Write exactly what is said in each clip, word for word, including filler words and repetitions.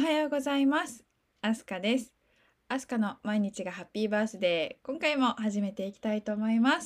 はようございます。アスカです。アスカの毎日がハッピーバースデー。今回も始めていきたいと思います。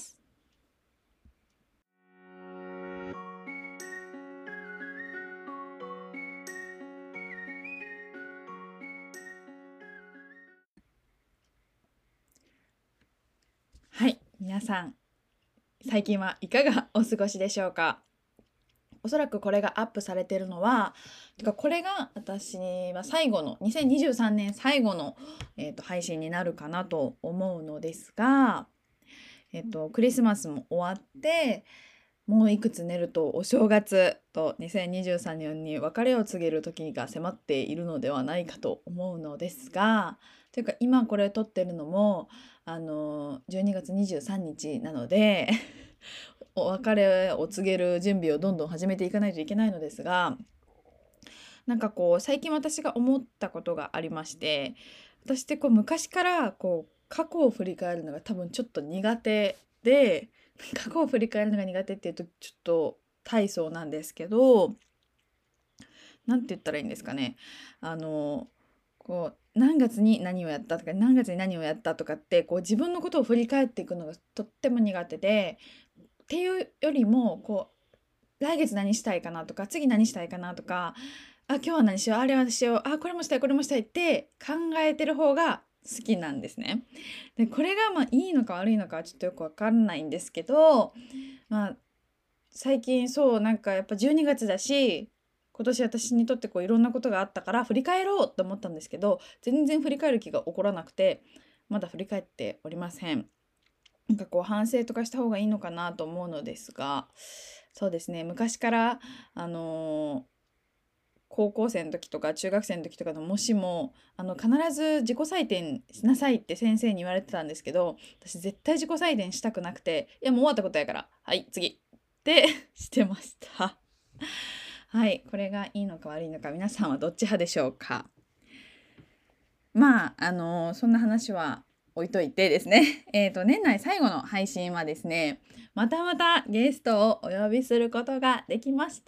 はい、皆さん、最近はいかがお過ごしでしょうか。おそらくこれがアップされているのは、てかこれが私は最後の、にせんにじゅうさんねん最後の、えーと、配信になるかなと思うのですが、えっと、クリスマスも終わって、もういくつ寝るとお正月とにせんにじゅうさんねんに別れを告げる時が迫っているのではないかと思うのですが、というか今これ撮ってるのもあのじゅうにがつにじゅうさんにちなのでお別れを告げる準備をどんどん始めていかないといけないのですが、なんかこう最近私が思ったことがありまして、私ってこう昔からこう過去を振り返るのが多分ちょっと苦手で、過去を振り返るのが苦手っていうとちょっと大層なんですけど、なんて言ったらいいんですかね。あのこう何月に何をやったとか何月に何をやったとかってこう自分のことを振り返っていくのがとっても苦手で、っていうよりもこう来月何したいかなとか次何したいかなとか、あ今日は何しようあれはしようあこれもしたいこれもしたいって考えてる方が好きなんですね。でこれがまあいいのか悪いのかはちょっとよくわかんないんですけど、まあ最近そうなんかやっぱじゅうにがつだし、今年私にとってこういろんなことがあったから振り返ろうと思ったんですけど、全然振り返る気が起こらなくて、まだ振り返っておりません。なんかこう反省とかした方がいいのかなと思うのですが、そうですね、昔からあのー高校生の時とか中学生の時とかのもしもあの必ず自己採点しなさいって先生に言われてたんですけど、私絶対自己採点したくなくて、いやもう終わったことやからはい次ってしてました。はい、これがいいのか悪いのか皆さんはどっち派でしょうか。まあ、あのそんな話は置いといてですね、えっと、年内最後の配信はですね、またまたゲストをお呼びすることができました。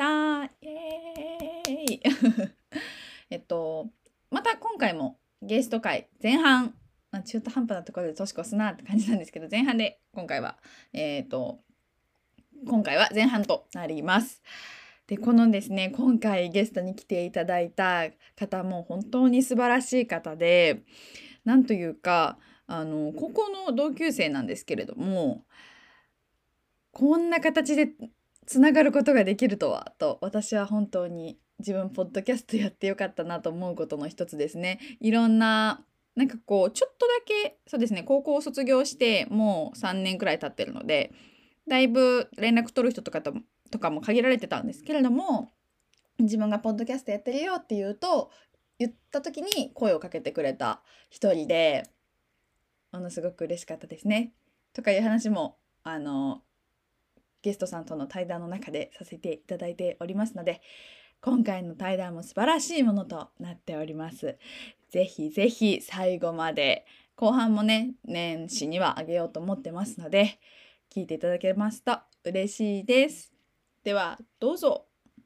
イエーイえっと、また今回もゲスト会前半、まあ、中途半端なところで年越すなって感じなんですけど、前半で今回は、えっと、今回は前半となります。で、このですね、今回ゲストに来ていただいた方も本当に素晴らしい方で、なんというか、あの、高校の同級生なんですけれども、こんな形でつながることができるとは、と、私は本当に自分、ポッドキャストやってよかったなと思うことの一つですね。いろんな、なんかこう、ちょっとだけ、そうですね、高校を卒業してもうさんねんくらい経ってるので、だいぶ連絡取る人とかととかも限られてたんですけれども、自分がポッドキャストやってるよって言うと、言った時に声をかけてくれた一人で、ものすごく嬉しかったですね。とかいう話も、あの、ゲストさんとの対談の中でさせていただいておりますので、今回の対談も素晴らしいものとなっております。ぜひぜひ最後まで、後半もね、年始にはあげようと思ってますので、聞いていただけますと嬉しいです。では、どうぞ。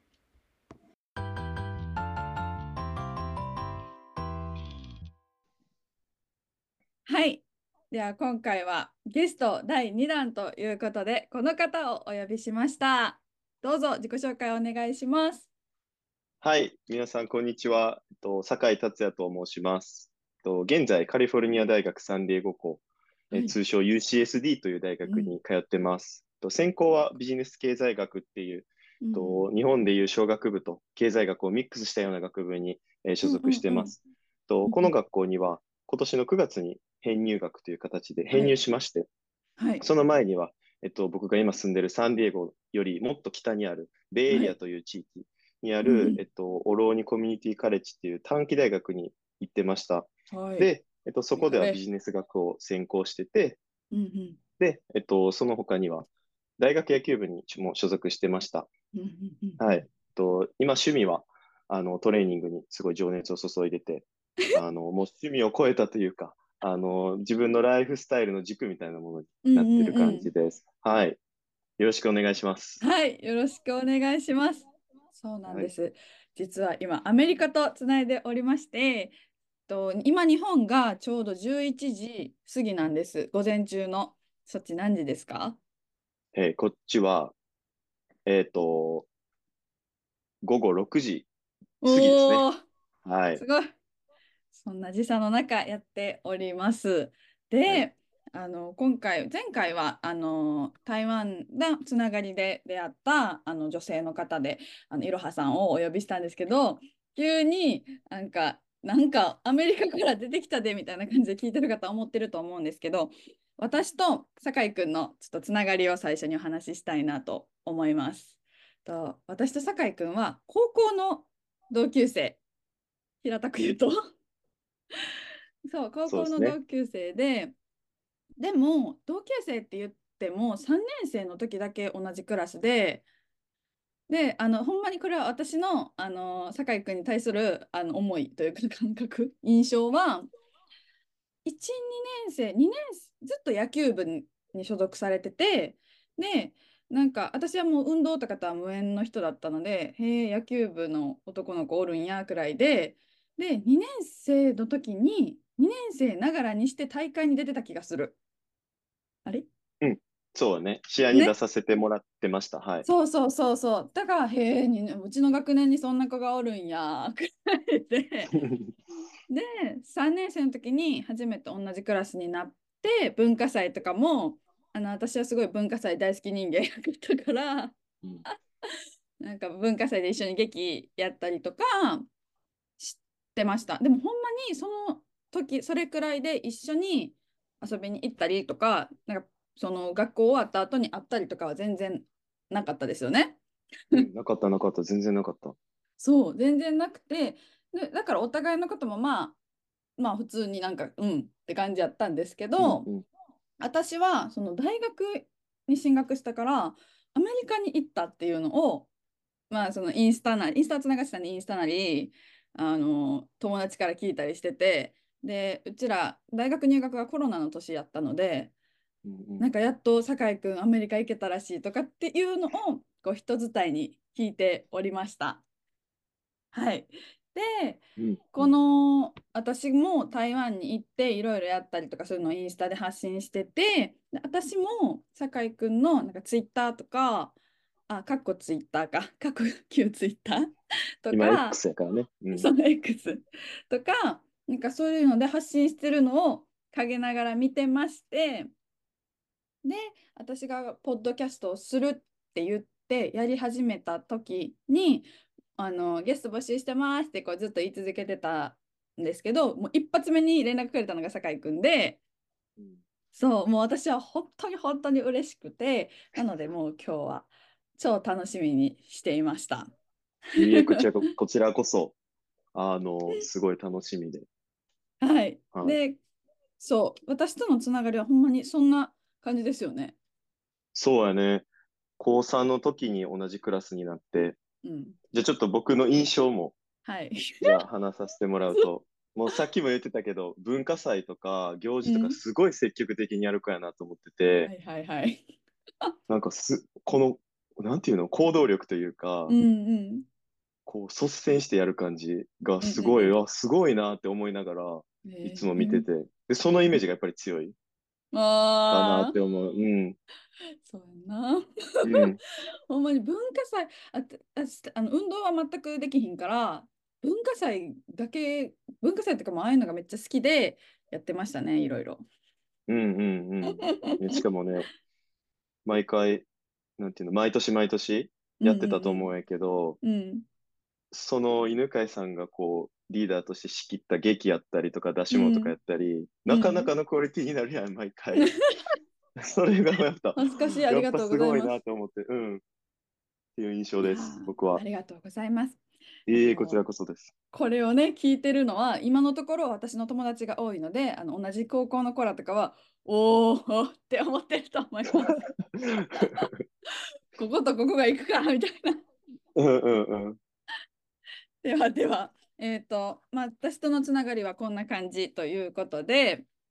はい。では今回はゲストだいにだんということで、この方をお呼びしました。どうぞ自己紹介をお願いします。 はい、皆さん、こんにちは。えっと、酒井達也と申します。えっと、現在、カリフォルニア大学サンディエゴ校、えはい。 通称 ユーシーエスディー という大うん。 学に通ってます。えっと、専攻はビジネス経済学っていう、えっうん。 と、日本でいう商学部と経済学をミックスしたような学部に、えー所うん属うんうん。 してます。えっと、この学校には、今年のくがつに編入学という形で編入はい。 しまして、 はい。 その前には、えっと、僕が今住んでるサンディエゴよりもっと北にあるベイエはい。 リアという地域にある、 うんうん。 えっと、オローニコミュニティカレッジっていう短期大学に行ってました。 はい。 で、えっと、そこではビいかれ。 ジネス学を専攻してて、 うんうん。 で、えっと、その他には大学野球部にも所属してました。 うんうんうんうはい。えっん。 と、今趣味は、あの、トレーニングにすごい情熱を注いでて、あの、もう趣味を超えたというか、あの、自分のライフスタイルの軸みたいなものにうんなってるうんうん。 感じです。はい。よろしくお願いします。 はい。よろしくお願いします。そうなんはい。 です。 実は今アメリカとつないでおりまして、と今日本がちょうどじゅういちじ過ぎなんです。午前中の。そっち何時ですか？ えーこっちは、えっと、午後ろくじ過ぎですね。 おー、 はい。 すごい。そんな時差の中やっております。 はい。 で、あの今回、前回はあの台湾のつながりで出会ったあの女性の方で、あのいろはさんをお呼びしたんですけど、急になんか、なんかアメリカから出てきたでみたいな感じで聞いてる方思ってると思うんですけど、私と酒井くんのちょっとつながりを最初にお話ししたいなと思います。と私と酒井くんは高校の同級生、平たく言うと。そう、高校のそうですね。 同級生で、でも同級生って言ってもさんねん生の時だけ同じクラスで、で、あのほんまにこれは私の、あの酒井君に対するあの思いというか感覚、印象は、いち、にねん生、にねん、ずっと野球部に所属されてて、で、なんか私はもう運動とかとは無縁の人だったので、へえ、野球部の男の子おるんやくらいで、で、にねん生の時に、にねん生ながらにして大会に出てた気がする。あれうん。そうね。試合に出ね。 させてもらってました。はい。 そうそうそうそう。だから、へえ、にうちの学年にそんな子がおるんや、くらいで。で、さんねん生の時に初めて同じクラスになって、文化祭とかも、あの、私はすごい文化祭大好き人間やったから、 うん。 なんか文化祭で一緒に劇やったりとかしてました。でもほんまにその時、それくらいで一緒に遊びに行ったりとか、なんかその学校終わった後に会ったりとかは全然なかったですよね。 うん。なかった、なかった。全然なかった。 そう、全然なくて、で、だからお互いのこともまあ、まあ普通になんか、うんって感じやったんですけうん、 ど、 うん。 私はその大学に進学したから、アメリカに行ったっていうのを、まあそのインスタなり、インスタつながってたんでインスタなり、あの、友達から聞いたりしてて、で、うちら大学入学がコロナの年やったので、 うん、うん。 なんかやっと酒井くんアメリカ行けたらしいとかっていうのをこう人伝いに聞いておりました。はい。で、 うん、うこん。 の私も台湾に行っていろいろやったりとかそういうのをインスタで発信してて、で私も酒井くんのなんかツイッターとか、あ、かっこツイッターか、かっこ旧ツイッターと今か、 X やからね。うん。 その X とか、なんかそういうので発信してるのを陰ながら見てまして、で、私がポッドキャストをするって言ってやり始めた時に、あのゲスト募集してますってこうずっと言い続けてたんですけど、もう一発目に連絡くれたのが酒井くんで、 うん。 そう、もう私は本当に本当に嬉しくて、なのでもう今日は超楽しみにしていました。 いいえ、こちらこ、こちらこそ、あの、すごい楽しみで。 はい。 はい。 で、そう、私とのつながりはほんまにそんな感じですよね。 そうやね。高さんの時に同じクラスになって、 うん。 じゃあちょっと僕の印象も、 はい。 じゃあ話させてもらうと、もうさっきも言ってたけど、文化祭とか行事とかうん。 すごい積極的にやる子やなと思ってて、 はいはいはい。 なんかす、この、なんていうの、行動力というか、 うんうん。 こう率先してやる感じがうんすごい、 うんあ、すごいなって思いながら、 うん。 いえー、うん。 つも見てて、で、そのイメージがやっぱり強いかなっああ、 て思う。うん、 そうやんな。 うん、 ほんまに文化祭、あ、あ、しあの運動は全くできひんから、文化祭だけ、文化祭とかもああいうのがめっちゃ好きでやってましたね、いろいろ。 うん、うん、うん。ねしかもね、毎回、なんていうの、毎年毎年うんやってたと思うんうんやけど、 うん。うん。 その犬飼さんがこう、リーダーとして仕切った劇やったりとか出し物とかやうん。 ったり、なかなうん。 かのクオリティになるやん、毎回。それがやっぱ、 恥ずかしい、あやっぱりがとうごすごいざいます。 なと思って、うん、っていう印象いやです、 ー、 僕は。 ありがとうございます。あええ、こちらの、 こそです。 これをね、聞いてるのは、今のところ私の友達が多いので、あの同じ高校の子らとかは、おーって思ってると思います。こことここが行くかみたいな。 うんうんうん。 ではでは、えっと、まあ、私とのつながりはこんな感じということで、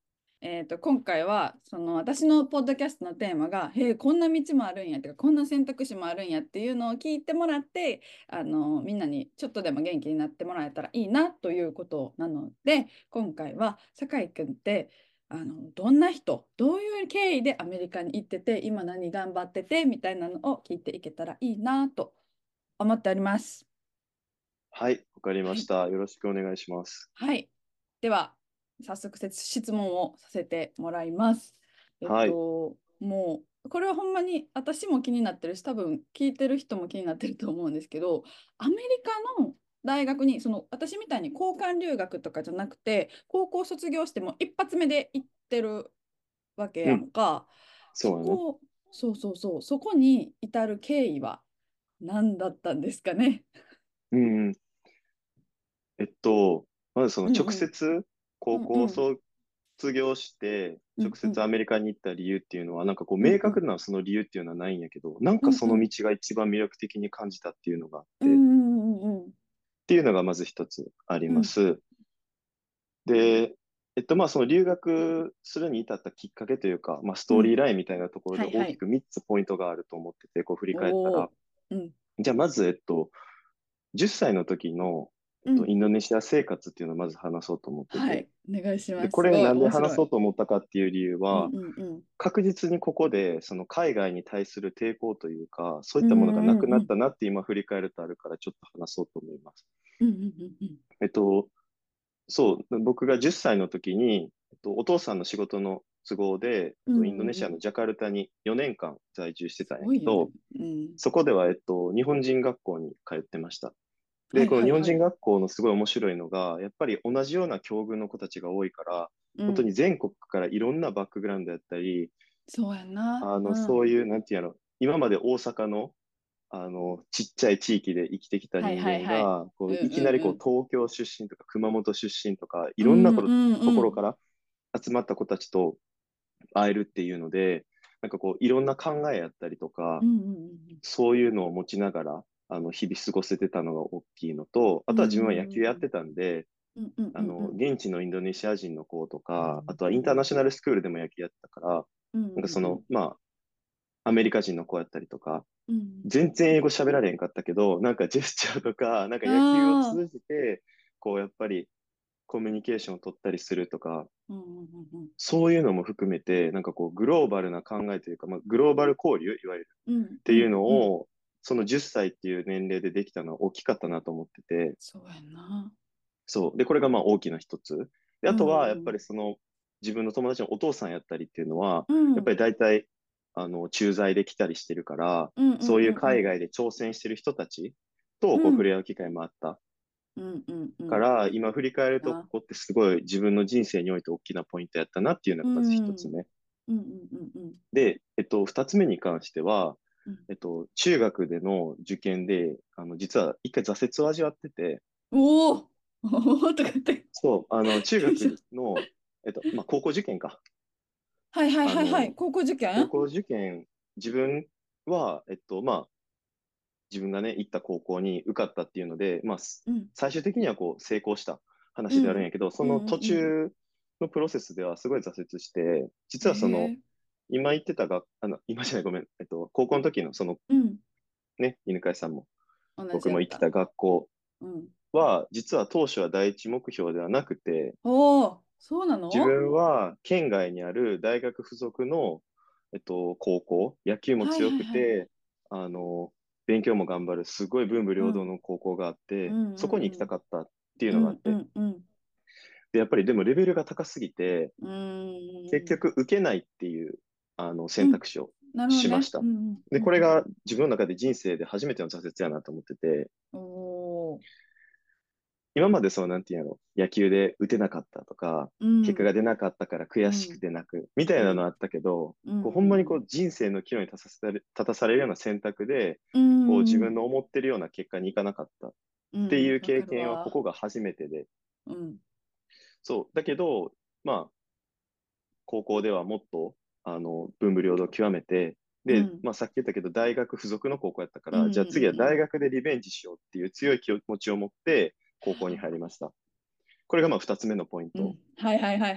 えーと、今回はその私のポッドキャストのテーマが「へえ、こんな道もあるんや」とか「こんな選択肢もあるんや」っていうのを聞いてもらって、あのみんなにちょっとでも元気になってもらえたらいいなということなので、今回は酒井君ってあのどんな人、どういう経緯でアメリカに行ってて、今何頑張っててみたいなのを聞いていけたらいいなと思っております。 はい、わかりはい。 ました。よろしくお願いします。 はい。では、早速せ質問をさせてもらいます。えっはい。 と、もう、これはほんまに私も気になってるし、多分聞いてる人も気になってると思うんですけど、アメリカの大学に、その私みたいに交換留学とかじゃなくて、高校卒業しても一発目で行ってるわけやうん、 んか。そそうやね。 こ、そうそうそう、そこに至る経緯は何だったんですかね。 うんうん。えっと、まずその直うんうん接高うんうん校を卒業して直うんうん接アメリカに行った理由っていうのは、なんかこう明うんうん確なその理由っていうのはないんやけど、なんうんうんかその道が一番魅力的に感じたっていうのがあっうて、っんうんうんていうのがまず一つありうん。 ます。で、えっとまあその留学するに至ったきっかけというか、まあストーリーうん。 ラインみたいなところではいはい。 大きくみっつポイントがあると思ってて、こう振り返ったら、 おお。うん。 じゃあまず、えっと、じゅっさいの時の、えっと、 うん。 インドネシア生活っていうのをまず話そうと思ってて、 はい。お願いしで、 ます。すごいこれなんで面白い。 話そうと思ったかっていう理由は、 うんうんうん。 確実にここでその海外に対する抵抗というか、そういっうんたものがなくうんうんなったなって今振り返るとあるからちょっと話そうと思います。 うんうんうんえっと、そう、僕がじゅっさいの時に、えっと、お父さんの仕事の都合で、えっうんと、インドネうんうん。 シアのジャカルタによねんかん在住してすたんやごいよね。 けど、 うん。 そこでは、えっと、日本人学校に通ってました。で、 はいこの日本人はいはい。 学校のすごい面白いのが、やっぱり同じような境遇の子たちが多いから、本当にうん。 全国からいろんなバックグラウンドやったり、 そうやんな。 あの、 うん。 そういう、なんていうの、今まで大阪の、あの、ちっちゃい地域で生きてきたはい人はいはい。 間が、こう、 うんいきなりこう、 うん東京出身とか熊本出身とか、いうん。うろんなこんうんうん。 ところから集まった子たちと会えるっていうので、なんかこう、いろんな考えやったりとか、 うんうんそういうのを持ちながら、あの、日々過ごせてたのが大きいのと、あうんうん。 とは自分は野うん球やってたんで、 うんうんあの、 うんうん。 現地のインドネシア人の子とか、あとはうんうんインターナショナルスクールでも野球やってたから、 うんなんかその、 うんまあ、アメリカ人の子やったりとか、 うん。 全然英語喋られへんかったけど、なんかジェスチャーとか、なんか野球をああ。 通じて、こうやっぱりコミュニケーションを取ったりするとか、 うんうんうんうん。 そういうのも含めて、なんかこうグローバルな考えというか、まあ、グローバル交流、いわゆるうんうっていうのんうん。 を、そのじゅっさいっていう年齢でできたのは大きかったなと思ってて、 そうやんな。 そう。で、これがまあ大きな一つ。で、 うあとはやっぱんりその自分の友達のお父さんやったりっていうのは、やっぱうんり大体、あの、駐在で来たりしてるから、 うんうんそういううんうん海外で挑戦してる人たちとこう触うんれ合う機会もあったうんうんうん。 から、今振り返ると、こな。 こってすごい自分の人生において大きなポイントやったなっていうのうがまずんうん一つ目。 うんうんうんで、えっと、二つ目に関しては、 うんえっと、中学での受験で、あの、実は一回挫折を味わってて、 おおおおとか言って。 そう、あの、中テンション。 学の、えっと、まあ、高校受験か。 はいはいはいはい。 あの、 高校受験。 高校受験、自分は、えっと、まあ、自分がね、行った高校に受かったっていうので、まあ、すうん最終的にはこう、成功した話であるんうんやけど、そうんの途うん。 中のプロセスではすごい挫折して、 へ実はその、 え。 今行ってたが、あの、今じゃない、ごめん、えっと、高校の時のそのうんね、犬飼さんも、 同じ僕やった。 も行ってた学校うんは、実は当初は第一目標ではなくて、 おおそうなの。 自分は県外にある大学附属の、えっと、高校、野球もはい強はいはい。 くて、あの、勉強も頑張る、すごい文武うん両道の高校があっうて、そこに行きたんうんかったっていううんうのがあって、 んうんで、やっぱりでもレベルが高すぎて、 うんうん結局受けないっていう、あの、選うん択肢をなるほどね。 しました。 うんうで、これんが自分の中で人生で初めての挫折やなと思ってて、 うんおお今までそう、なんていうの、野球で打てなかったとか、 うん結果が出なかったから悔しくうんて泣く、みたいうんなのあったけど、 うんこうほんまにうんこう人生の岐路に立たされる、立たされるような選択で、 うこう自んうん分の思ってるような結果にいかなかったっていううんわかる経験はこわ。 こが初めてで、 うんそう。だけど、まあ、高校ではもっと、あの、文武両道を極めて、で、 うんまあさっき言ったけど、大学附属の高校やったから、 うんうんじゃあ次はうん大学でリベンジしようっていう強い気持ちを持って、高校に入りました。これがまあ二つ目のポイント。 うんはいはいはいはい。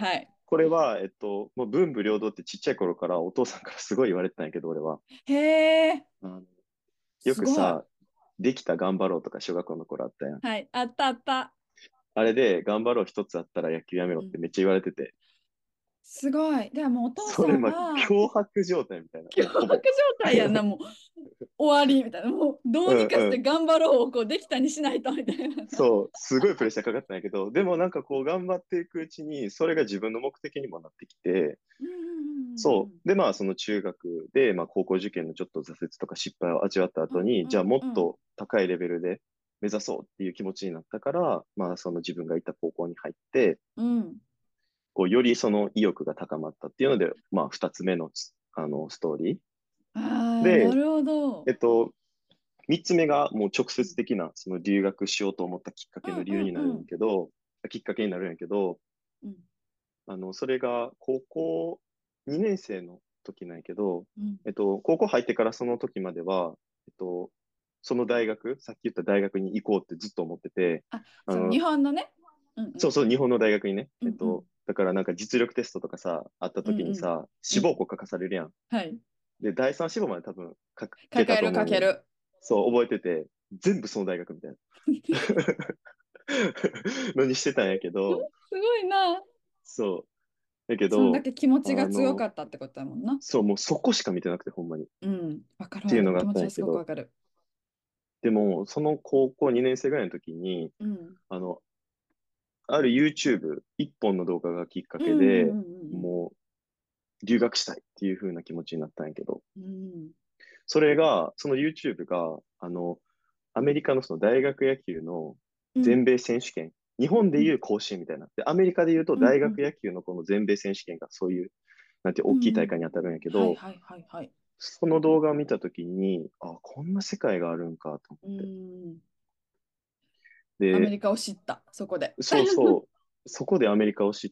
これは、えっと、もう文武両道ってちっちゃい頃からお父さんからすごい言われてたんやけど、俺は。 へえ、 あのよすごい。 くさ、できた頑張ろうとか小学校の頃あったやん。 はい、あったあった。 あれで頑張ろう一つあったら野球やめろうん、 ってめっちゃ言われてて、 すごい。ではもうお父さそれまあんは脅迫状態みたいな、 脅迫もうほぼ。 状態やんな、もう終わりみたいな。もうどうにかしてうんうん。 頑張ろうをこうできたにしないとみたいな。 そう、すごいプレッシャーかかったんやけど、でもなんかこう頑張っていくうちに、それが自分の目的にもなってきて、 うんうんうんそう。で、まあその中学で、まあ高校受験のちょっと挫折とか失敗を味わったうん後に、じゃあうんもっうんと高いレベルで目指そうっていう気持ちになったから、まあその自分が行った高校に入って、 うんうん。 こうよりその意欲が高まったっていうので、まあ二つ目のスあのストーリー。 ああ、なで、 るほど。 えっと、三つ目がもう直うん接的な、その留学しようと思ったきっかけのうん理由になるんうんやけど、きっかけになるんやけど、 うんあの、それが高校にねん生の時なんやけど、 うんえっと、高校入ってからその時までは、えっと、その大学、さっき言った大学に行こうってずっと思ってて、 あ、その日あの、 本のね。うんうんそうそう、日本の大学にね、えっと、 うんうんだからなんか実力テストとかさ、あったうんうん時にさ、 うん。 志望校書かされるやん。 はい。 で、第三志望まで多分書けたかけると思うねん。 かける。 そう、覚えてて、全部その大学みたいなのにしてたんやけど、 すごいな。 そう。だけど、 そんだけ気持ちが強あの、 かったってことだもんな。 そう、もうそこしか見てなくて、ほんまに。っうん。わかるわかる。 ていうのがあっ気持ちはすたんやけど、 ごくわかる。 でも、その高校にねん生ぐらいの時に、 うん。 あの、ある YouTube 一本の動画がきっかうんうんうけで、 んうんもう留学したいっていう風な気持ちになったんやけど、 うん。うんそれが、その YouTube が、あの、アメリカのその大学野球のうん全米選手権、日本でいう甲子園みたいな。で、アメリカでいうと大うんうん学野球のこの全米選手権がそういう、なんて大きい大うんうん。 会に当たるんやけど、 はいはいはいはい。 その動画を見たときに、あ、こんな世界があるんかと思うって。 ん。アメで、 リカを知った、そこで。 そうそう、そこでアメリカを知って、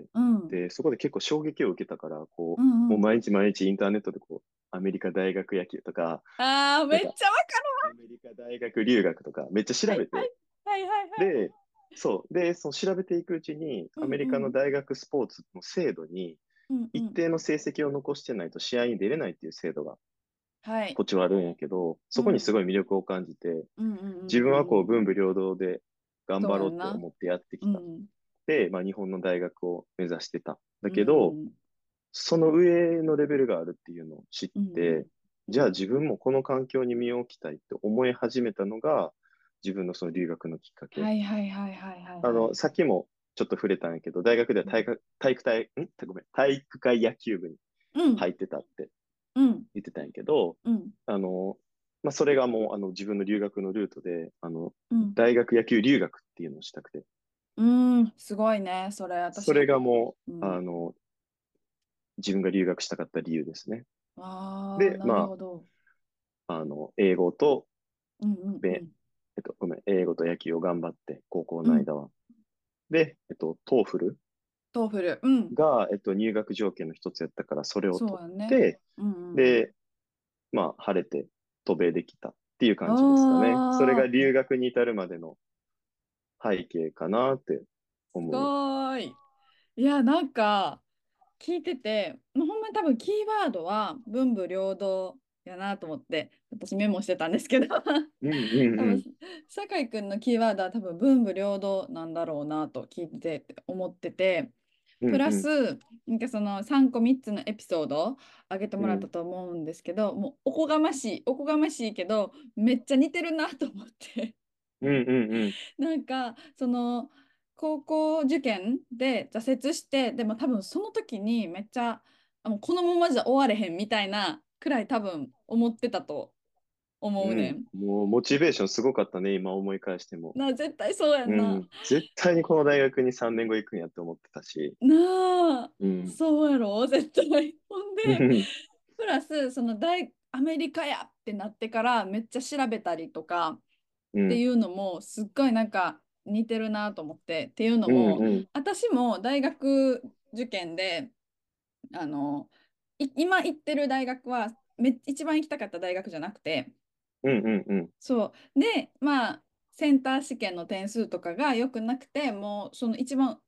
うんで、そこで結構衝撃を受けたから、こう、もううんうん。 毎日毎日インターネットでこう、アメリカ大学野球とか、 ああ、めなんか、 っちゃわかアメリカ大学留学とか、めっちゃ調べて、 る。はいはいはいはいはい。 で、そう、で、その調べていくうちに、 うアメリカのんうん大学スポーツの制度に、 うんうん。 一定の成績を残してないと試合に出れないっていう制度が、 はい。 こっちはあるんやけど、そこにすうんごい魅力を感じて、 うんうんうん自分はこう、 うんうん。 文武両道で頑そ張ろうってうやんな。 思ってやってきた。 うんで、まあ、日本の大学を目指してた。だうけど、 んその上のレベルがあるっていうのを知っうんて、じゃあうん。 自分もこの環境に身を置きたいって思い始めたのが、自分のその留学のきっかけ。 はいはいはいはいはいあの、 はい。 さっきもちょっと触れたんやけど、大学では体育、体育体、んごめん、体育会野球部にうん入ってたってうん言ってたんやけど、 うんあの、まあ、それがもう、あの、自分の留学のルートで、あの、 うん大学野球留学っていうのをしたくて、 うん。すごいね。それ私。 それがもう、あうん。 の、自分が留学したかった理由ですね。 ああ、 で、 なるまほど。 あ、あの、英語と、 うんうんうべ、 ん。 えっと、ごめん、英語と野球を頑張って、高校うん。 の間は。で、えっと、トーフルトーフル。うん。 が、えっと、入学条件の一つやったから、それを取そうやね。 って、 うんうんうん。 で、まあ、晴れて渡米できたっていう感じですかね。それがああ、 留学に至るまでの背景かなってす思う。 ごい。いや、なんか、聞いてて、もうほんまに多分キーワードは文武両道やなと思って、私メモしてたんですけど、 うんうん多分、 うん。 酒井くんのキーワードは多分文武両道なんだろうなと聞いてて思ってて、プラうんうん。 ス、なんかそのさんこみっつのエピソードあげてもらったうん。 と思うんですけど、もうおこがましい、おこがましいけど、めっちゃ似てるなと思って。 うんうんうん。 なんかその高校受験で挫折してでも多分その時にめっちゃあもうこのままじゃ終われへんみたいなくらい多分思ってたと思ううん。 ねん。 もう、モチベーションすごかったね、今思い返しても。 な絶対そうやんな。 うん。絶対にこの大学にさんねんご行くんやって思ってたし。 なあうん。 そうやろ絶対。ほんでうんプラスその大アメリカやってなってからめっちゃ調べたりとかってうんいうのもすっごいなんか似てるなと思ってっていうのもうん私も大学受験であのい今行ってる大学はめ一番行きたかった大学じゃなくてうんうんうんそうでまあセンター試験の点数とかが良くなくてもうその一番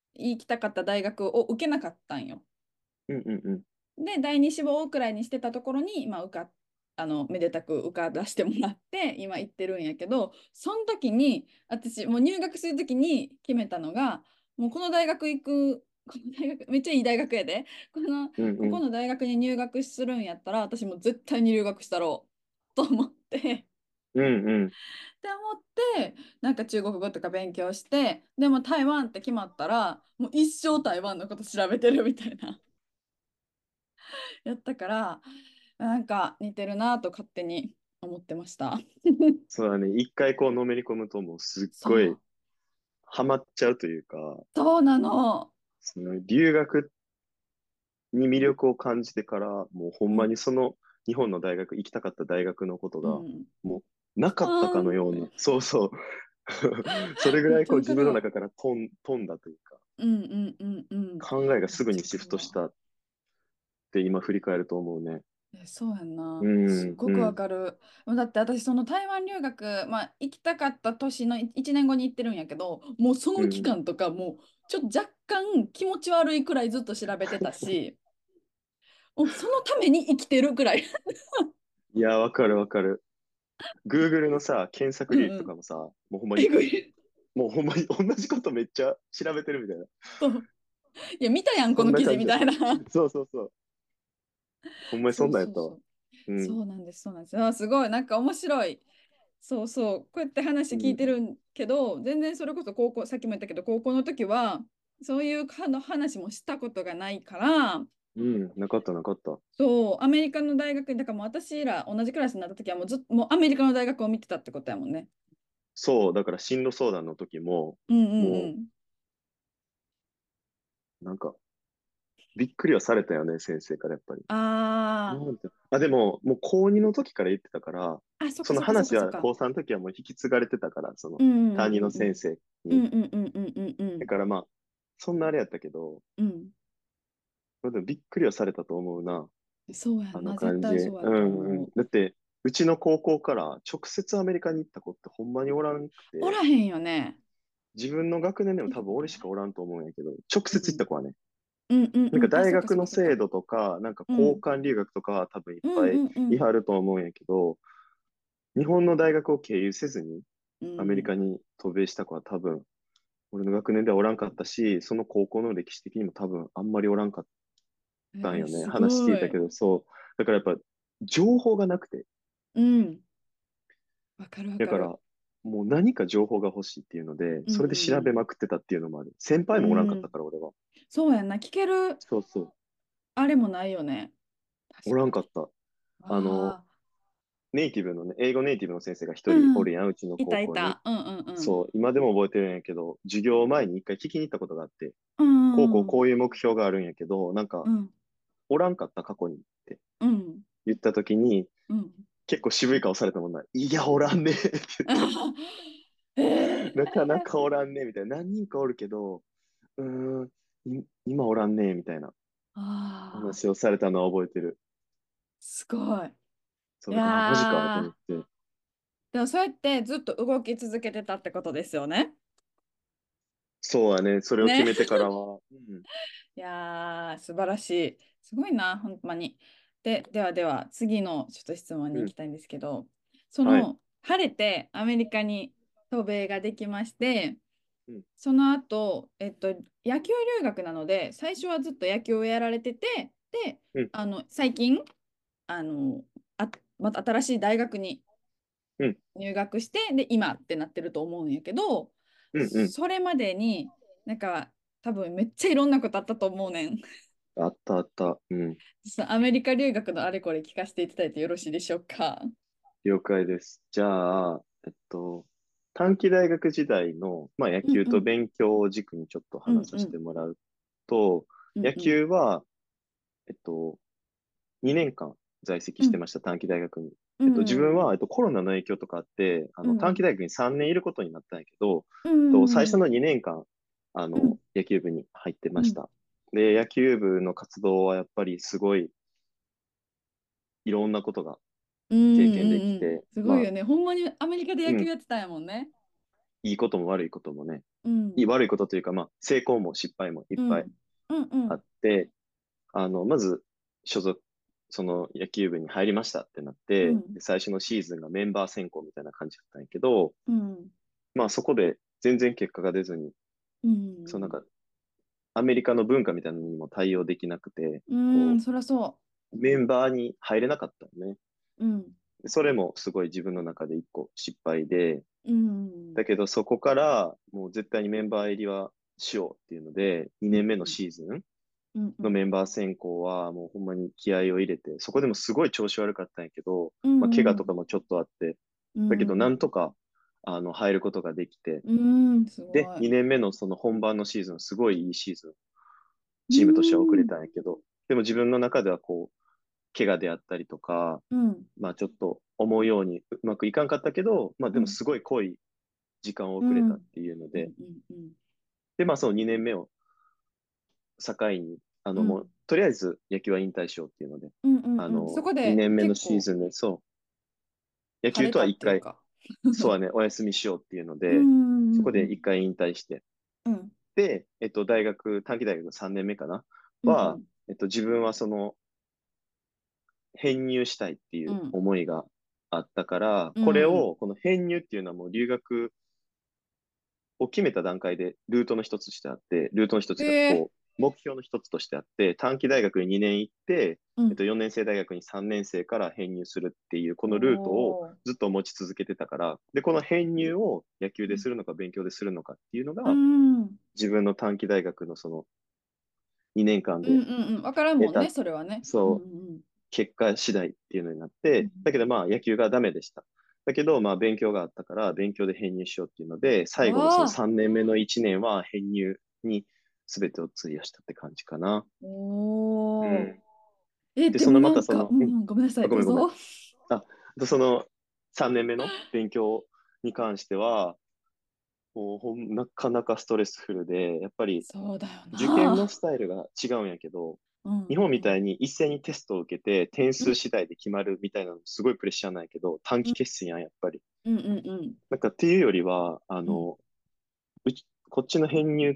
行きたかった大学を受けなかったんよ。 うんうんうん。 で、第二志望くらいにしてたところに、まあ、受かっあのめでたく受からしてもらって今行ってるんやけど、その時に私もう入学する時に決めたのが、もうこの大学行く、この大学めっちゃいい大学やで、このうんうん。 ここの大学に入学するんやったら私もう絶対に留学したろうと思って。 うんうん。 って思って、なんか中国語とか勉強して、でも台湾って決まったらもう一生台湾のこと調べてるみたいなやったから、なんか似てるなと勝手に思ってました。 そうだね。一回こうのめり込むともうすっごいそう、 ハマっちゃうというか、 そうなの。 その留学に魅力を感じてから、もうほんまにうん、 その日本の大学、行きたかった大学のことが、 うん。 もうなかったあーかのような、そうそう。それぐめっちゃらいこう自わかるわ。 分の中から飛ん、飛んだというか、 うんうんうんうん。 考えがめっちゃすぐにシフわかるわ。 トしたって今振り返ると思うね。 え、そうやんうな。すっん、 ごくわうん、 かる。だって私、その台湾留学、まあ、行きたかった年のいちねんごに行ってるんやけど、もうその期うん。 間とか、もうちょっと若干気持ち悪いくらいずっと調べてたし、もうそのために生きてるくらい。 いや、わかるわかる。Google のさ、検索履うんうん。 歴とかもさ、もうほんまに、 えぐい。 もうほんまに同じことめっちゃ調べてるみたいな。 そう。いや、見たやん、こそんのな感じだった。 記事みたいな。 そうそうそう。ほんまにそそうんなんやったわ。 そうそう。 うん、 そうなんです、そうなんです。あ、すごい、なんか面白い。そうそう、こうやって話聞いうん、 てるんけど、全然それこそ高校、さっきも言ったけど、高校の時は、そういうかの話もしたことがないから、 うん、なかったなかった。 そう、アメリカの大学に、だからもう私ら同じクラスになった時はもうずっと、もうアメリカの大学を見てたってことやもんね。 そう、だから進路相談の時も、 うんうんうもん。 う、なんか、びっくりはされたよね、先生からやっぱり。 あなんて。あ、でも、もう高にの時から言ってたから、 あ、あ、そっそのかそっかそっか話はそっか。 高さんの時はもう引き継がれてたから、そのうんうん担任のうんうん。 先生に。 うんうんうんうんうんうん。 だからまあ、そんなあれやったけど、 うん。 まあでもびっくりはされたと思うな、あのそうやんな、絶感じ。う対そうやとんうん。 思う。 だって、うちの高校から直接アメリカに行った子ってほんまにおらんくて、 おらへんよね。 自分の学年でも聞い多分たことない。 俺しかおらんと思うんやけど、直うん。 接行った子はね、 うんうんうん。あ、 なんか大そっかそ学の制っかそっか。 度とか、なんか交うん。 換留学とかは多分いっうんぱいうんうん。 いはると思うんやけど、日本の大学を経由せずにうアメリカん。 に渡米した子は多分、俺の学年ではおらんかったし、その高校の歴史的にも多分あんまりおらんかったんよね。 えー、す話聞ごい。 いたけど、そう。だからやっぱ、情報がなくて。 うん。わかるわだから、 かる。 もう何か情報が欲しいっていうので、 うんそれで調べまくってたっていうのもある。先輩うん。 もおらんかうん。 ったから、俺は。 そうやんな。聞けるそうそう。 あれもないよね。 お確かに。 らんかった。あの、 ああ。 ネイティブのね、英語ネイティブの先生が一人うん。 おるやん、うちのい高校に。 たいた。うんうんうん。 そう、今でも覚えてるんやけど、授業前に一回聞きに行ったことがあって、こうこううんうんこういう目標があるんやけど、なんか、 うんおらんかった過去にってうん言った時に、 うん。 結構渋い顔されたもんな。いや、おらんねって言って。 あーえなかなー、 かおらんねみたいな。何人かおるけど、うーん、い今おらんねみたいなああ、 話をされたのは覚えてる。 すごい。 そう、 いだから、あ、マジかと思っやー、 て。 でもそうやってずっと動き続けてたってことですよね。 そうやね。それを決ね。 めてからは、うん、 いやー、素晴らしい。すごいな、本当に。で、ではでは、次のちょっと質問にうん、 行きたいんですけど、そはい。 の、晴れてアメリカに渡米ができまして、 うん、 その後、えっと、野球留学なので、最初はずっと野球をやられてて、で、 うん、 あの、最近、あの、あ、また新しい大学にうん、 入学して、で、今ってなってると思うんやけど、 うん、うん。 それまでに、なんか、多分めっちゃいろんなことあったと思うねん。 あったあった。うん。 ちょっとアメリカ留学のあれこれ聞かせていただいてよろしいでしょうか。 了解です。じゃあ、えっと、短期大学時代の、まあ、野球とうんうん勉強を軸にちょっと話させてうんうんもらうと、野うんうん球は、えっと、にねんかん在籍うんしてました、短期大学に。 うえっと、自分んは、えっと、コロナの影響とかあって、あの、短期うん大学にさんねんいることになったんやけど、 うと、最初んのにねんかん、あの、 うん野球部に入ってうんました。で、野球部の活動はやっぱりすごいいろんなことがうんう経験でんうん。 きて、まあ、 すごいよね。ほんまにアメリカで野うん、 球やってたんやもんね。 いいことも悪いこともね、いいうん悪いことというか、まあ、成功も失敗もいっぱいうんうんうあんって、あの、まず、所属、その野球部に入りましたってなって、 うんで最初のシーズンがメンバー選考みたいな感じだったんやけど、 うんまあそこで全然結果が出ずに、 うんそのなんか、アメリカの文化みたいなのにも対応できなくて、 うんこそりゃそう、メンバーに入れなかったよね。 う。うんそれもすごい自分の中で一個失敗で、 うんだけどそこからもう絶対にメンバー入りはしようっていうので、2年目のうんシーズンうんうんのメンバー選考はもうほんまに気合を入れて、そこでもすごい調子悪かったんやけど、 うまあ、怪我んうんとかもちょっとあって、だけどなうんんとかあの入ることができて、 うんすで、 ごい。 にねんめのその本番のシーズン、すごいいいシーズン、 うチームとしては遅れんたんやけど、でも自分の中ではこう、怪我であったりとか、 うんまあちょっと思うようにうまくいかんかったけど、まあでうんもすごい濃い時間をうんうん送れたっていうので、 うんうんで、まあそのにねんめを境に、あのもう、 うんとりあえず野球は引退しようっていうので、 うんうんうんそあの、 こでにねんめの結構シーズンで、そう、野球晴れたとは一回、 っていうか。 そうはね、お休みしようっていうのうで、そこんうんで一回引退して、 うんで、えっと、大学、短期大学さんねんめかなは、 うんうんえっと、自分はその、編入したいっていううん思いがあったから、 うん。 これを、この編入っていうのはもう留学を決めた段階でルートの一つとしてあって、ルートの一つがええこう、目標の一つとしてあって、短期大学ににねん行って、えっと、 うん。 よねん生大学にさんねん生から編入するっていう、このルートをおー。 ずっと持ち続けてたから、で、この編入を野球でするのか勉強でするのかっていうのうが、 ん。うん自分の短期大学のそのにねんかんうんでうん。わからんもんね、 得た、 それはね。うんそう、 うん結果次第っていうのになっうん。 て、だけどまあ野球がダメでした。だけどまあ勉強があったから勉強で編入しようっていうので、最後のそのわあ。 さんねんめのいちねんは編入に全てを費やしたって感じかな。うおー。 ん。 え、 で、 でそのまもなんか、 たその、うん、 うんうん、ごめんなさあ、 い、どうぞ。 ごめんごめん。あ、でそのさんねんめの勉強に関しては、もうほんなかなかストレスフルで、やっぱりそうだよ受験のな。 スタイルが違うんやけど、 うん日本みたいうんに一斉にテストを受けて点うん数次第で決まるみたいなのすごいプレッシャーなんやけど、短うん期決戦やん、やっぱり。 うんうんうんなんかっていうよりは、あうんの、うち、こっちの編入って、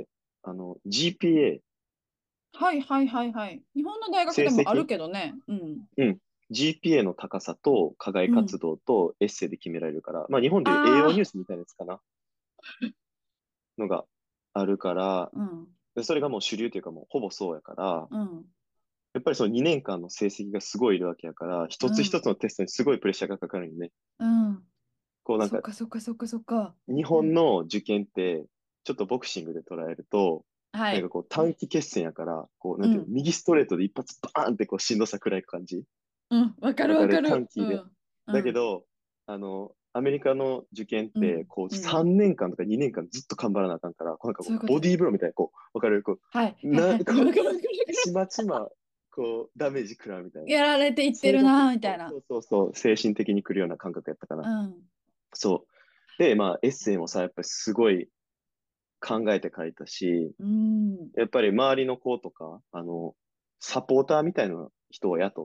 あの、ジーピーエー、 はいはいはいはい。日本の大学でもある成績、 けどね。うん。 うん、ジーピーエー の高さと課外うん。 活動とエッセイで決められるから、まあ日本でいう栄養入ああ。 試みたいなやつかな、のがあるから、 うん。 でそれがもう主流というかもうほぼそうやから、 うん。 やっぱりそのにねんかんの成績がすごいいるわけやから、一つ一うん。 つのテストにすごいプレッシャーがかかるよね。 うん。 こうなんか、 そっかそっかそっかそっか。 日本の受験って、ちょっとボクシングで捉えると、 はい。 なんかこう短期決戦やから、こう、なんていうの、 うん。 右ストレートで一発バーンってこうしんどさくらい感じうん。わかるわかるわかる。 短期で。 うん。うん。 だけど、あの、アメリカの受験って、 うん。 こううん。 さんねんかんとかにねんかんずっと頑張らなあかんから、こうなんかこう、 そういうことね。 ボディーブローみたいな、こう、わかるこはいう、な、 はいはい。わこう、 かるわかるわかちる。 まちま、こう、ダメージ食らうみたいな。 やられていっそれがてるなー結構、そみたいな。 うそうそう、精神的に来るような感覚やったかな。 うん。 そう。で、まあ、エッセイもさ、やっぱりすごい考えて書いたし、 うん。 やっぱり周りの子とか、あの、サポーターみたいな人を雇って、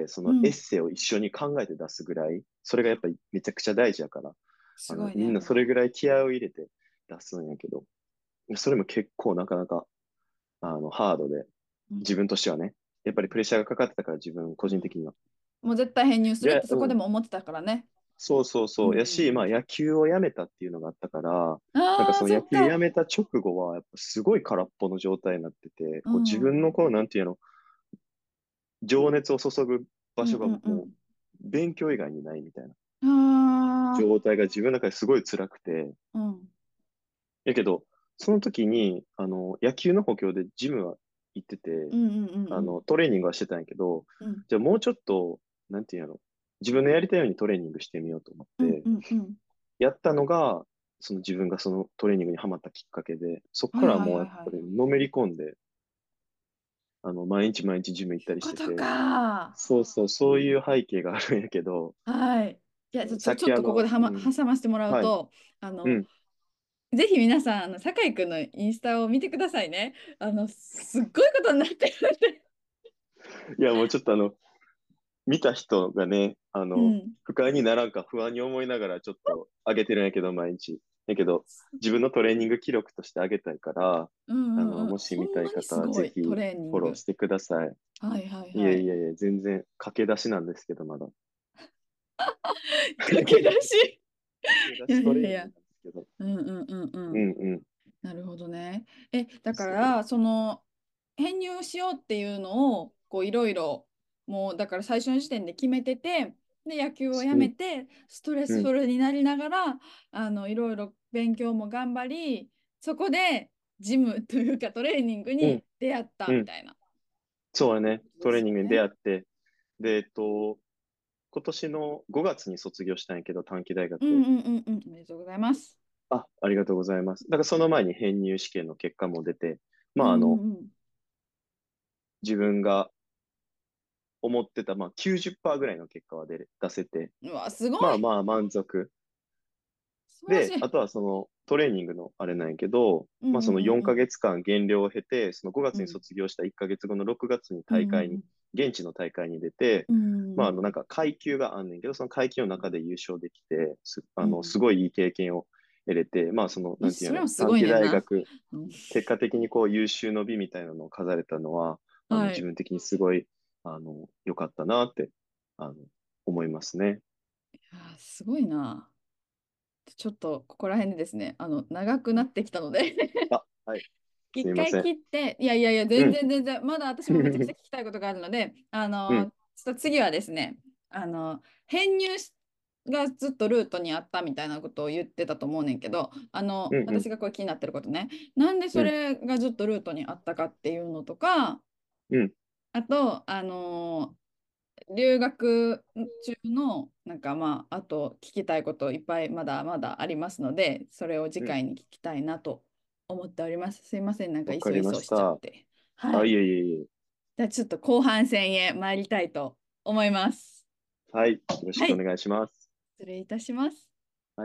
そのエッうん。 セイを一緒に考えて出すぐらい、それがやっぱりめちゃくちゃ大事やから、あの、 すごいね、 みんなそれもぐらい気合を入れて出すんやけど、それも結構なかなか、あの、ハードで、 う。うん。 自分としてはね、やっぱりプレッシャーがかかってたから、自分個うん。 人的には。 もう絶対編入するっで、 てそこでうん。 も思ってたからね。 そうそううそう。やし、まん。 あ野球をやめたっていうのがあったから、なんかああ、 その野球やそっか。 めた直後は、やっぱすごい空っぽの状態になってて、 うこう自分ん。 のこう、なんていうの、情熱を注ぐ場うん所がもううん勉強以外にないみたいなうん。ああ。 状態が自分の中ですごい辛くて、 うん。 やけど、その時に、あの、野球の補強でジムは行ってて、 うんうんうんうん。 あの、トレーニングはしてたんやけど、 うん。 じゃあもうちょっと、なんていうんやろ、自分のやりたいようにトレーニングしてみようと思っうんて、 うんうん。 やったのが、その自分がそのトレーニングにハマったきっかけで、そこからはいはいもうやっぱはいはい。 りのめり込んで、あの、毎日毎日ジム行ったりしことてて、 か。 そうそう、そういう背景があるんやけど、 はい。いや、ちょ、ちょ、 さっちょっとここできあの、 はま、 うん、 挟ませてもらうはい、 と、あの、 うん。 ぜひ皆さん、あの、酒井くんのインスタを見てくださいね。あの、すっごいことになってるんで。 いや、もうちょっとあの、見た人がね、あの、 うん。 不快にならんか不安に思いながらちょっと上げてるんやけど、毎日。 だけど、自分のトレーニング記録としてあげたいから、 うんあの、 うんうん。 もし見たいほんまに方はぜひすごいトレーニフォング。 ローしてください。 はいはいいはい。 やいやいや、全然駆け出しなんですけど、まだ。 駆け出し。 駆け出いやしトレーニングなんいやいや。 ですけど。 うんうんうんうん。 うんうん。 なるほどね。え、だかそう。 ら、その、編入しようっていうのを、こう、いろいろ、もう、だから最初の時点で決めてて、で、野球をやうん、 めて、ストレうん、 スフルになりながら、あの、いろいろ勉強も頑張り、そこで、ジムというか、トレーニングうん、 に出会ったうん。 みたいなそうだね。 ことでトレーニングに出すよね。 会って、で、えっと、今年のごがつに卒業したんやけど、短期大学。 うんうんうんうん。おめでとうございます。 あ、ありがとうございます。だからその前に編入試験の結果も出て、 うんまあ、あの、 うん自分が思ってた、まあ、きゅうじゅっパーセントぐらいの結果は出れ、出せて、 うん。うわ、すごい。 まあまあ満足。で、あ素晴らしい。 とはそのトレーニングのあれなんやけど、 うんうんまあその4 うんうん。 ヶ月間減量を経て、そのごがつにうん卒業したいっかげつごのろくがつにうん大会に、 うん現地の大会に出て、 うん。 まああのなんうんか階級があんねんけど、その階級の中で優勝できて、す、あの、 うん。 すごいいい経験を得れて、まあその、 え、 なんていうの、 それもす短期ごいねんな。 大学、 うん、 結果的にこう優秀の美みたいなのを飾れたのは、あのはい。 自分的にすごい、あの、良かったなって、あの、思いますね。 いやー、すごいな。ちょっとここら辺でですね、あの、長くなってきたのであ、はい、す一回みません。 切って、いやいやいや、全うん。 然全然、まだ私もめちゃくちゃ聞きたいことがあるので、あうん、 の、ちょっと次はですね、あの、編入しがずっとルートにあったみたいなことを言ってたと思うねんけど、あの、 うん、うん、 私がこれ気になってることね、なんでそうん、 れがずっとルートにあったかっていうのとか、 うん。 あと、あの留学中の、なんかまあ、あと聞きたいこといっぱいまだまだありますので、それを次うん。 回に聞きたいなと思っております。すいません、なんかいわかりまそいそしちゃっした。 て。はあ、いい。 えいえいえ。 じゃあちょっと後半戦へ参りたいと思います。 はい。よろしはい。 くお願いします。 失礼いたします。 はい。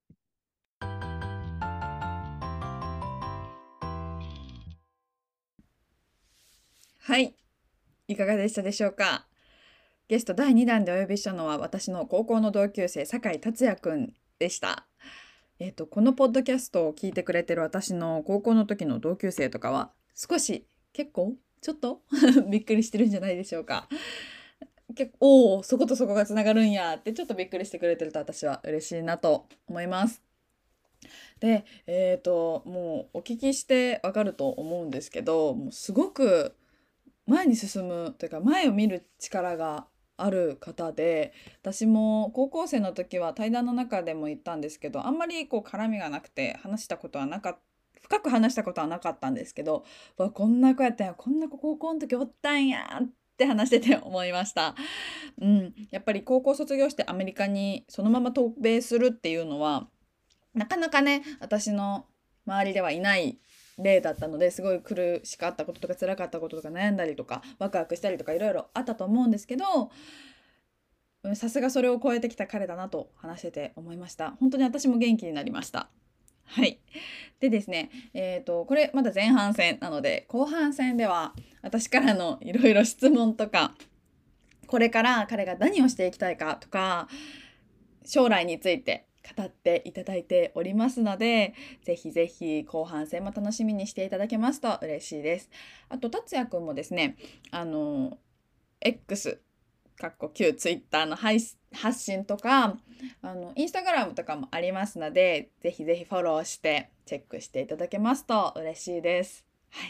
はい。いかがでしたでしょうか。ゲストだいにだんでお呼びしたのは私の高校の同級生、酒井達也くんでした。えっと、このポッドキャストを聞いてくれてる私の高校の時の同級生とかは、少し、結構、ちょっとびっくりしてるんじゃないでしょうか。結構、おお、そことそこがつながるんやってちょっとびっくりしてくれてると私は嬉しいなと思います。で、えっと、もうお聞きしてわかると思うんですけど、もうすごく前に進むというか前を見る力がある方で、私も高校生の時は対談の中でも言ったんですけど、あんまりこう絡みがなくて話したことはなかった深く話したことはなかったんですけど、わこんな子やったんや、こんな子高校の時おったんやって話してて思いました。うん、やっぱり高校卒業してアメリカにそのまま渡米するっていうのはなかなかね、私の周りではいない例だったので、すごい苦しかったこととか辛かったこととか悩んだりとかワクワクしたりとかいろいろあったと思うんですけど、うん、さすがそれを超えてきた彼だなと話してて思いました。本当に私も元気になりました。はい。でですね、えっと、これまだ前半戦なので、後半戦では私からのいろいろ質問とか、これから彼が何をしていきたいかとか、将来について語っていただいておりますので、ぜひぜひ後半戦も楽しみにしていただけますと嬉しいです。あと、達也くんもですね、あの、X、かっこ旧 Twitter の配発信とか、あの、インスタグラムとかもありますので、ぜひぜひフォローしてチェックしていただけますと嬉しいです。はい。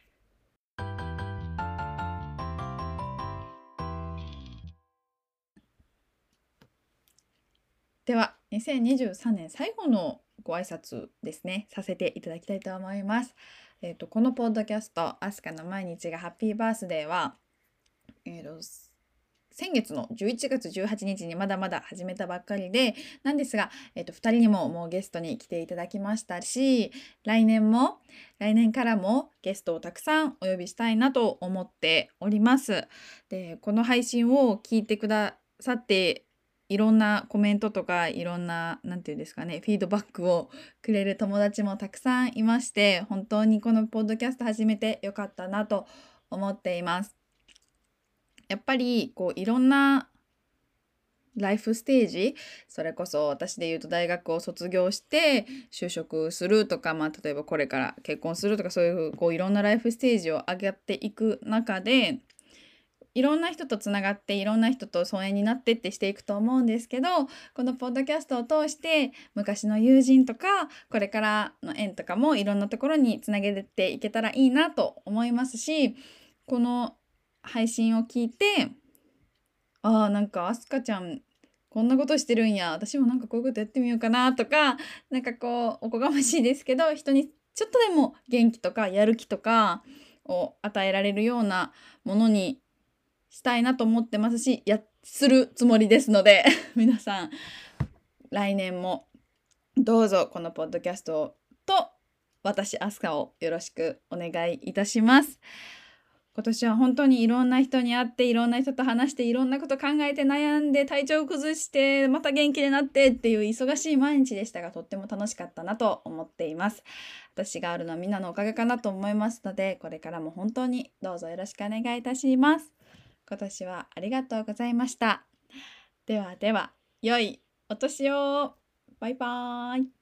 では、にせんにじゅうさんねん最後のご挨拶ですね、させていただきたいと思います。えっと、このポッドキャスト、アスカの毎日がハッピーバースデーは、えーと、先月のじゅういちがつじゅうはちにちにまだまだ始めたばっかりで、なんですが、えっと、ふたりにももうゲストに来ていただきましたし、来年も、来年からもゲストをたくさんお呼びしたいなと思っております。で、この配信を聞いてくださっていろんなコメントとかいろんな、なんていうんですかね、フィードバックをくれる友達もたくさんいまして、本当にこのポッドキャスト始めてよかったなと思っています。やっぱりこういろんなライフステージ、それこそ私で言うと大学を卒業して就職するとか、まあ、例えばこれから結婚するとか、そういうこういろんなライフステージを上がっていく中で、いろんな人とつながっていろんな人と疎遠になってってしていくと思うんですけど、このポッドキャストを通して昔の友人とかこれからの縁とかもいろんなところにつなげていけたらいいなと思いますし、この配信を聞いて、ああ、なんかあすかちゃんこんなことしてるんや、私もなんかこういうことやってみようかなとか、なんかこうおこがましいですけど、人にちょっとでも元気とかやる気とかを与えられるようなものにしたいなと思ってますし、やするつもりですので皆さん来年もどうぞこのポッドキャストと私アスカをよろしくお願いいたします。今年は本当にいろんな人に会っていろんな人と話していろんなこと考えて悩んで体調を崩してまた元気になってっていう忙しい毎日でしたが、とっても楽しかったなと思っています。私があるのはみんなのおかげかなと思いますので、これからも本当にどうぞよろしくお願いいたします。今年はありがとうございました。ではでは、良いお年を。バイバーイ。